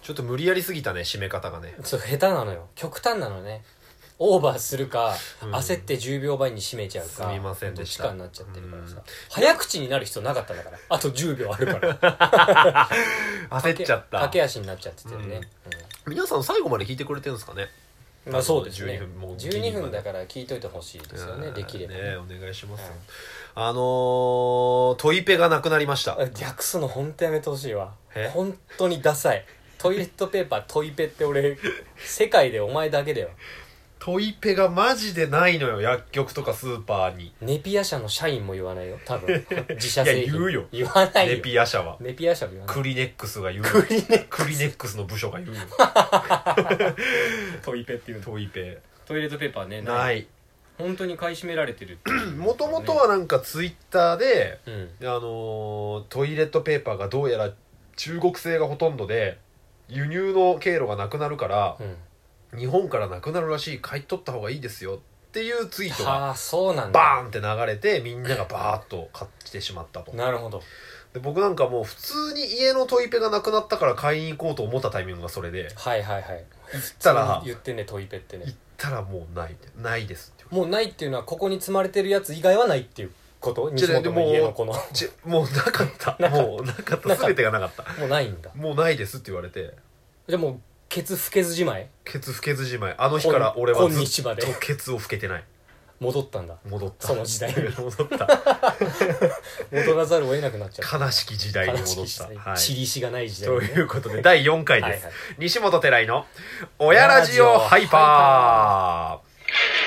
ちょっと無理やりすぎたね締め方がね。 そう下手なのよ、極端なのね。オーバーするか、焦って10秒前に締めちゃうか、 すみませんでした。 どっちかになっちゃってるからさ、早口になる必要なかったんだから、あと10秒あるから焦っちゃった。 駆け足になっちゃっててね、 皆さん最後まで聞いてくれてるんですかね。 まあそうですね、 12分もう 12分だから聞いといてほしいですよね、できればね。お願いします。トイペがなくなりました。 略すの本当やめてほしいわ。本当にダサい。トイレットペーパートイペって俺世界でお前だけだよ。 トイペがマジでないのよ、薬局とかスーパーに。 ネピア社の社員も言わないよ多分。自社製品。 いや言うよ、 言わないよ。 ネピア社は。 ネピア社は言わない。 クリネックスが言うよ。クリネックスの部署が言うよ。 トイペっていうの。 トイペトイレットペーパーねない。 本当に買い占められてる。 もともとはなんかツイッターで、 うん、 トイレットペーパーがどうやら中国製がほとんどで輸入の経路がなくなるから、日本からなくなるらしい、買い取った方がいいですよっていうツイートがバーンって流れて、みんながバーッと買ってしまったと。 なるほど。 で僕なんかもう普通に家のトイペがなくなったから買いに行こうと思ったタイミングがそれで、 はいはいはい。 行ったら言ってね、トイペってね。 行ったらもうないですって。 もうないっていうのはここに積まれてるやつ以外はないっていうこと？西本の家のこのもうなかったもうなかった、全てがなかった。 もうないんだ。 もうないですって言われて、 じゃあもうケツ拭けずじまい？ ケツ拭けずじまい。あの日から俺はずっとケツを拭けてない。 戻ったんだ。 戻った。 その時代に戻った戻らざるを得なくなっちゃった。 悲しき時代に戻った。 チリシがない時代、 ということで第4回です。西本寺井の親ラジオハイパー。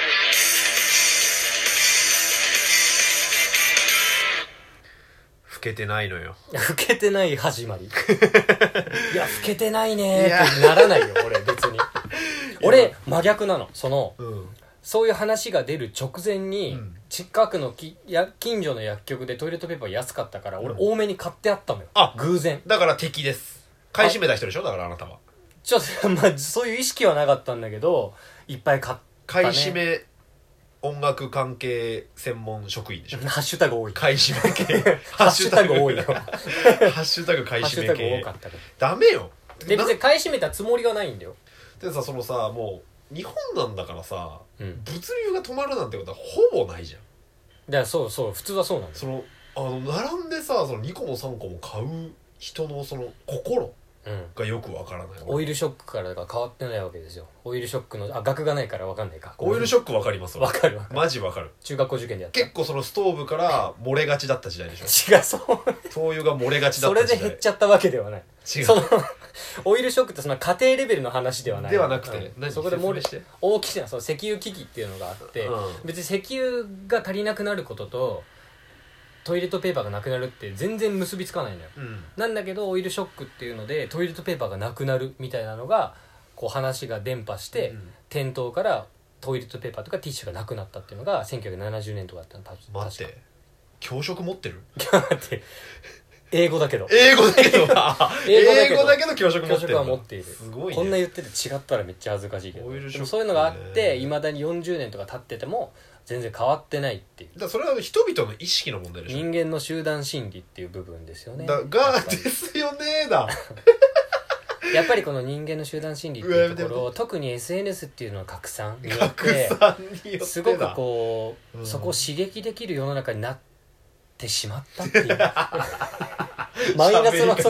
老けてないのよ。 老けてない始まり。いや老けてないねーってならないよ俺別に。俺真逆なの。そういう話が出る直前に、近くの近所の薬局でトイレットペーパー安かったから、俺多めに買ってあったのよ。偶然。 だから敵です。買い占めた人でしょ、だからあなたは。 ちょっとまあそういう意識はなかったんだけど、いっぱい買ったね。 買い占め音楽関係専門職員でしょ。 ハッシュタグ多い。 買い占め系。 ハッシュタグ多いよ。ハッシュタグ買い占め系。 ハッシュタグ多かったから。 ダメよ。 で別に買い占めたつもりがないんだよ。 でさ、そのさ、もう日本なんだからさ、物流が止まるなんてことはほぼないじゃん。 だからそうそう、普通はそうなんだよ。 その並んでさ、その2個も3個も買う人のその心がよくわからない。 オイルショックからが変わってないわけですよ。オイルショックの額がないからわかんないか。 オイルショックわかります。 わかる。 マジわかる。 中学校受験でやった。 結構そのストーブから漏れがちだった時代でしょ。違う、そう灯油が漏れがちだった時代。 それで減っちゃったわけではない。 違う。 オイルショックってその家庭レベルの話ではない。 ではなくて、 そこで漏れして大きなその石油危機っていうのがあって、別に石油が足りなくなることとトイレットペーパーがなくなるって全然結びつかないのよ、なんだけどオイルショックっていうのでトイレットペーパーがなくなるみたいなのがこう話が伝播して、店頭からトイレットペーパーとかティッシュがなくなったっていうのが1970年とかだったの。 待って、教職持ってる？ 待って英語だけど英語だけど教職持ってる。 教職は持っている。 すごいね。 こんな言ってて違ったらめっちゃ恥ずかしいけど、でもそういうのがあっていまだに40年とか経ってても全然変わってないっていう。 だそれは人々の意識の問題でしょ。 人間の集団心理っていう部分ですよね。 ですよねだやっぱりこの人間の集団心理っていうところを特に SNS っていうのは拡散によってすごくこう、そこを刺激できる世の中になってしまったっていうマイナスの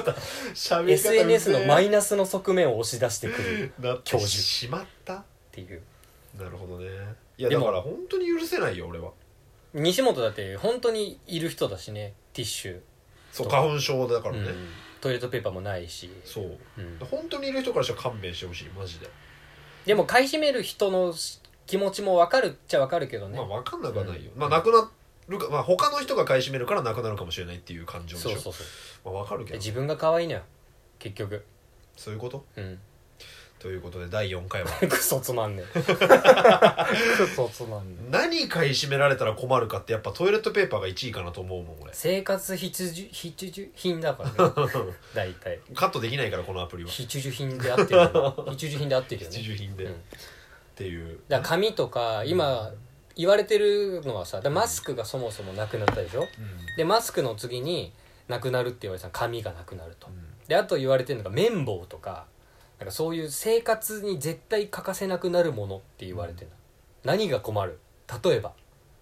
SNS のマイナスの側面を押し出してくる教授しまったっていう。 なるほどね。いやだから本当に許せないよ俺は。 西本だって本当にいる人だしね。ティッシュ、 そう花粉症だからね、 トイレットペーパーもないし、 そう、本当にいる人からしたら勘弁してほしいマジで。 でも買い占める人の気持ちも分かるっちゃ分かるけどね。 まあ分かんなくはないよ、まあなくなるか、まあ他の人が買い占めるからなくなるかもしれないっていう感情でしょ。 そう、 まあ分かるけど自分が可愛いのよ結局。 そういうこと。ということで第4回はクソつまんねえクソつまんねえ。 何買い占められたら困るかってやっぱトイレットペーパーが1位かなと思うもん俺。 生活必需品だからね大体カットできないからこのアプリは必需品で合ってるよね必需品で合ってるよね。 必需品で、っていうだから紙とか今言われてるのはさ、マスクがそもそもなくなったでしょ、でマスクの次になくなるって言われてた紙がなくなると、であと言われてるのが綿棒とかなんかそういう生活に絶対欠かせなくなるものって言われてる、何が困る？例えば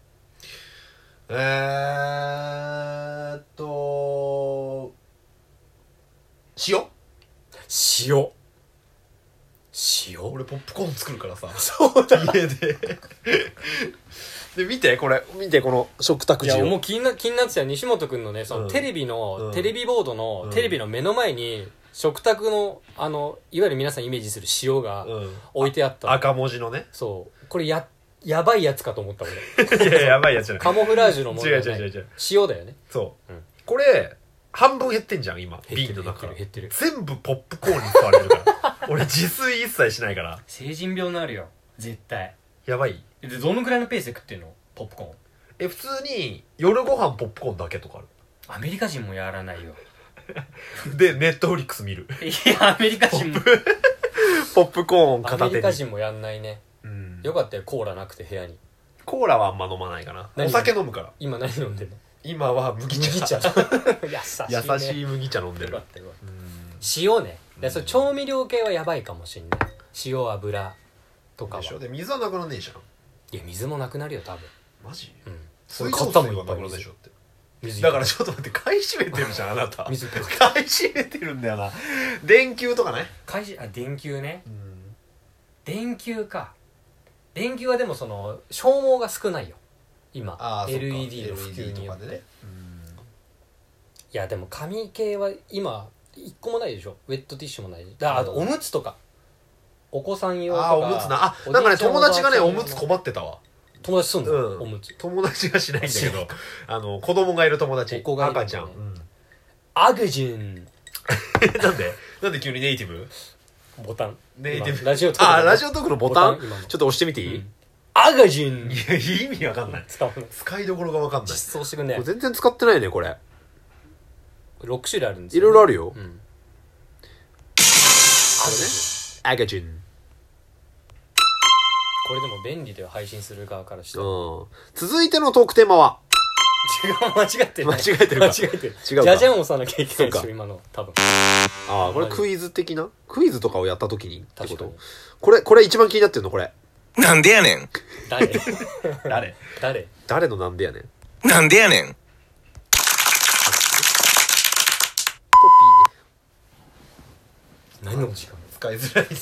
塩俺ポップコーン作るからさそうだ家でで見てこの食卓い地をやもう気になってたよ。西本くんのねそのテレビの、テレビボードの、テレビの目の前に食卓のいわゆる皆さんイメージする塩が置いてあった、 赤文字のね。 そうこれやばいやつかと思った俺いややばいやつじゃないカモフラージュのものじゃない違う塩だよね。 そう、 うん、 これ半分減ってんじゃん今瓶の中減ってる全部ポップコーンに使われるから俺自炊一切しないから成人病になるよ絶対。 やばい。 でどのくらいのペースで食ってんのポップコーン？ 普通に夜ご飯ポップコーンだけとかある。 アメリカ人もやらないよでネットフリックス見る。 いやアメリカ人もポップコーン片手に。 アメリカ人もやんないね、 うん、 よかったよコーラなくて部屋に。 コーラはあんま飲まないかな。お酒飲むから。 今何飲んでんの？ 今は麦茶優しいね、 優しい麦茶飲んでる。 よかったよかった。塩ね、それ調味料系はやばいかもしんない。塩油とかはでしょ。で水はなくなんねえじゃん。 いや水もなくなるよ多分。 マジ？ うん。 それ買ったもんなくなるでしょって。 水だからちょっと待って買い占めてるじゃんあなた。 水買い占めてるんだよな。電球とかね。 電球ね、 うん、 電球か。電球はでもその消耗が少ないよ今。LED の普及によって、ね、いやでも紙系は今一個もないでしょ。ウェットティッシュもないし、あとおむつとかお子さん用とか。 おむつな。なんかね友達がねおむつ困ってたわ。 友達すんの、おむつ。 友達がしないんだけど子供がいる友達。赤ちゃん、 アグジュンなんで急にネイティブボタンネイティブラジオトークのボタンちょっと押してみていい？ アグジュン。 いや意味わかんない。使いどころがわかんない。 実装してくんね。 これ全然使ってないねこれ。 6種類あるんですよ、 いろいろあるよ。これねアグジュン。 これでも便利では配信する側からして。 続いてのトークテーマは間違ってるか。 違うか。 じゃじゃん押さなきゃいけないでしょ今の多分。 これクイズ的なクイズとかをやった時にってこと。これ一番気になってるのこれ。 なんでやねん。 誰のなんでやねん。 なんでやねん。トピーね。何の時間？ 使いづらい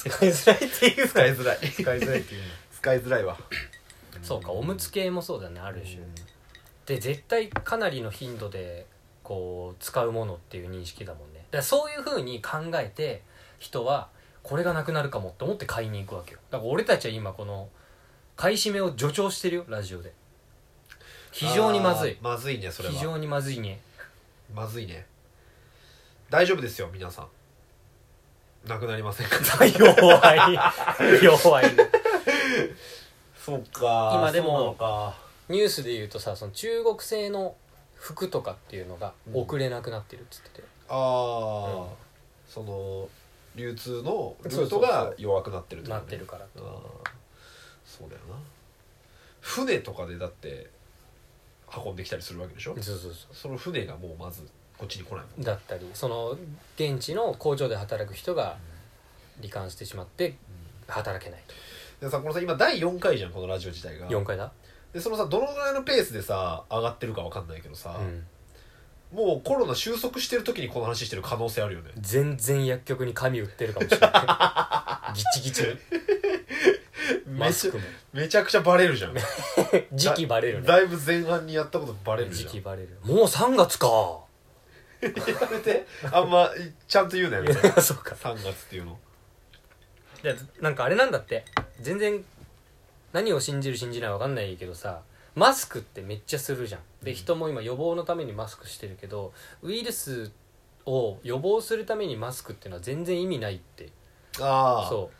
わ。 そうか、おむつ系もそうだね、ある種で絶対かなりの頻度でこう使うものっていう認識だもんね。だからそういう風に考えて人はこれがなくなるかもって思って買いに行くわけよ。だから俺たちは今この買い占めを助長してるよラジオで。非常にまずい。 まずいねそれは。 非常にまずいね。 まずいね。大丈夫ですよ皆さん。なくなりませんか？ 弱いね。 そうか。 今でもニュースで言うとさ、その中国製の服とかっていうのが送れなくなってるっつってて、 その流通のルートが弱くなってるってことね。 なってるから。 そうだよな。船とかでだって運んできたりするわけでしょ。その船がもうまずこっちに来ないもんだったり、その現地の工場で働く人が罹患してしまって働けないと。 でさ、このさ今第4回じゃんこのラジオ自体が。 4回だ。 でそのさどのぐらいのペースでさ上がってるか分かんないけどさ、もうコロナ収束してる時にこの話してる可能性あるよね。 全然薬局に紙売ってるかもしれないギチギチにマスクもめちゃくちゃバレるじゃん時期バレるね。 だいぶ前半にやったことバレるじゃん。 時期バレる。もう3月かやめて、あんまちゃんと言うなよそうか、 3月っていうの。 いやなんかあれなんだって、全然何を信じる信じない分かんないけどさ、マスクってめっちゃするじゃん。で人も今予防のためにマスクしてるけど、ウイルスを予防するためにマスクっていうのは全然意味ないって。そう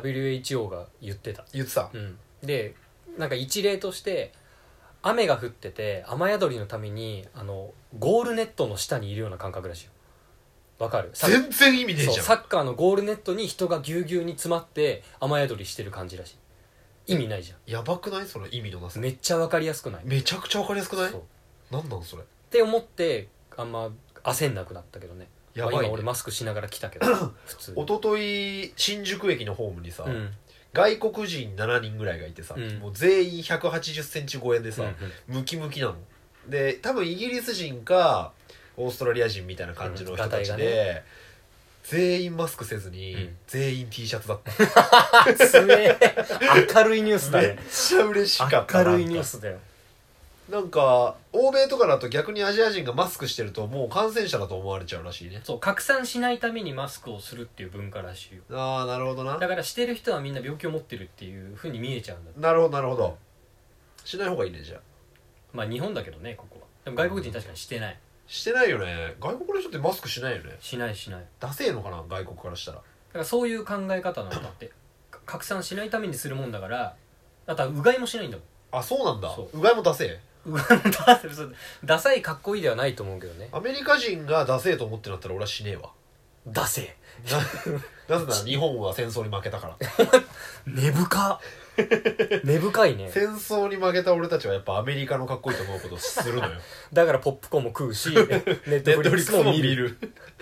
WHO が言ってた。でなんか一例として雨が降ってて雨宿りのためにゴールネットの下にいるような感覚らしいよ。わかる？ 全然意味ねえじゃん。 サッカーのゴールネットに人がぎゅうぎゅうに詰まって雨宿りしてる感じらしい。意味ないじゃん。 やばくない？その意味のなさ。 めっちゃわかりやすくない？ めちゃくちゃわかりやすくない？なんなんそれって思ってあんま焦んなくなったけどね。 やばいね、 今俺マスクしながら来たけど普通に一昨日新宿駅のホームにさ、外国人7人ぐらいがいてさ、もう全員180センチ超えでさ、ムキムキなので、多分イギリス人かオーストラリア人みたいな感じの人たちで、全員マスクせずに、全員 T シャツだったつめ明るいニュースだね。 めっちゃ嬉しかった。 明るいニュースだよ。 なんか欧米とかだと逆にアジア人がマスクしてるともう感染者だと思われちゃうらしいね。 そう、拡散しないためにマスクをするっていう文化らしいよ。 ああ、なるほどな。 だからしてる人はみんな病気を持ってるっていう風に見えちゃうんだって。 なるほどなるほど、しない方がいいね。じゃあまあ日本だけどね、ここは。でも外国人確かにしてない、 してないよね。外国の人ってマスクしないよね。 しないしない。 ダセえのかな、外国からしたら。 だからそういう考え方なんだって拡散しないためにするもんだから。あとはうがいもしないんだもん。 あ、そうなんだ。 そう、 うがいもダセえ。 うがいもダサいかっこいいではないと思うけどね。 アメリカ人がダセえと思ってなったら俺はしねえわ。 ダセなぜなら日本は戦争に負けたから根深根深いね。 戦争に負けた俺たちはやっぱアメリカのかっこいいと思うことをするのよだからポップコーンも食うしネットフリックスも見る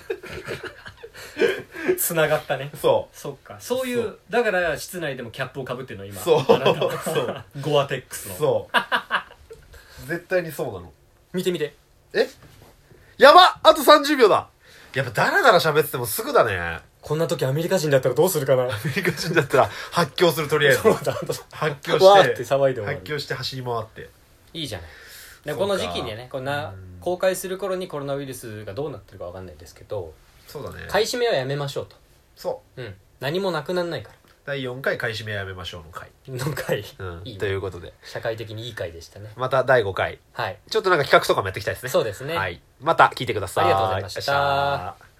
つながったね。 そう、 そっか、そういう、だから室内でもキャップをかぶってるの今。 そうあなたはそうゴアテックスの。 そう絶対にそうなの。 見て見て。 え、やばっ、あと30秒だ。やっぱダラダラ喋っててもすぐだね。 こんな時アメリカ人だったらどうするかな。 アメリカ人だったら発狂する。とりあえずそうだ、 発狂してわーって騒いで終わる。 発狂して走り回って。 いいじゃない。でこの時期にね、公開する頃にコロナウイルスがどうなってるかわかんないですけど、 そうだね、 買い占めはやめましょうと。 そう、 何もなくなんないから。 第4回買い占めやめましょうの回の回、 いいね、ということで社会的にいい回でしたね。 また第5回、 はい、 ちょっとなんか企画とかもやっていきたいですね。 そうですね。 はい、また聞いてください。 ありがとうございました。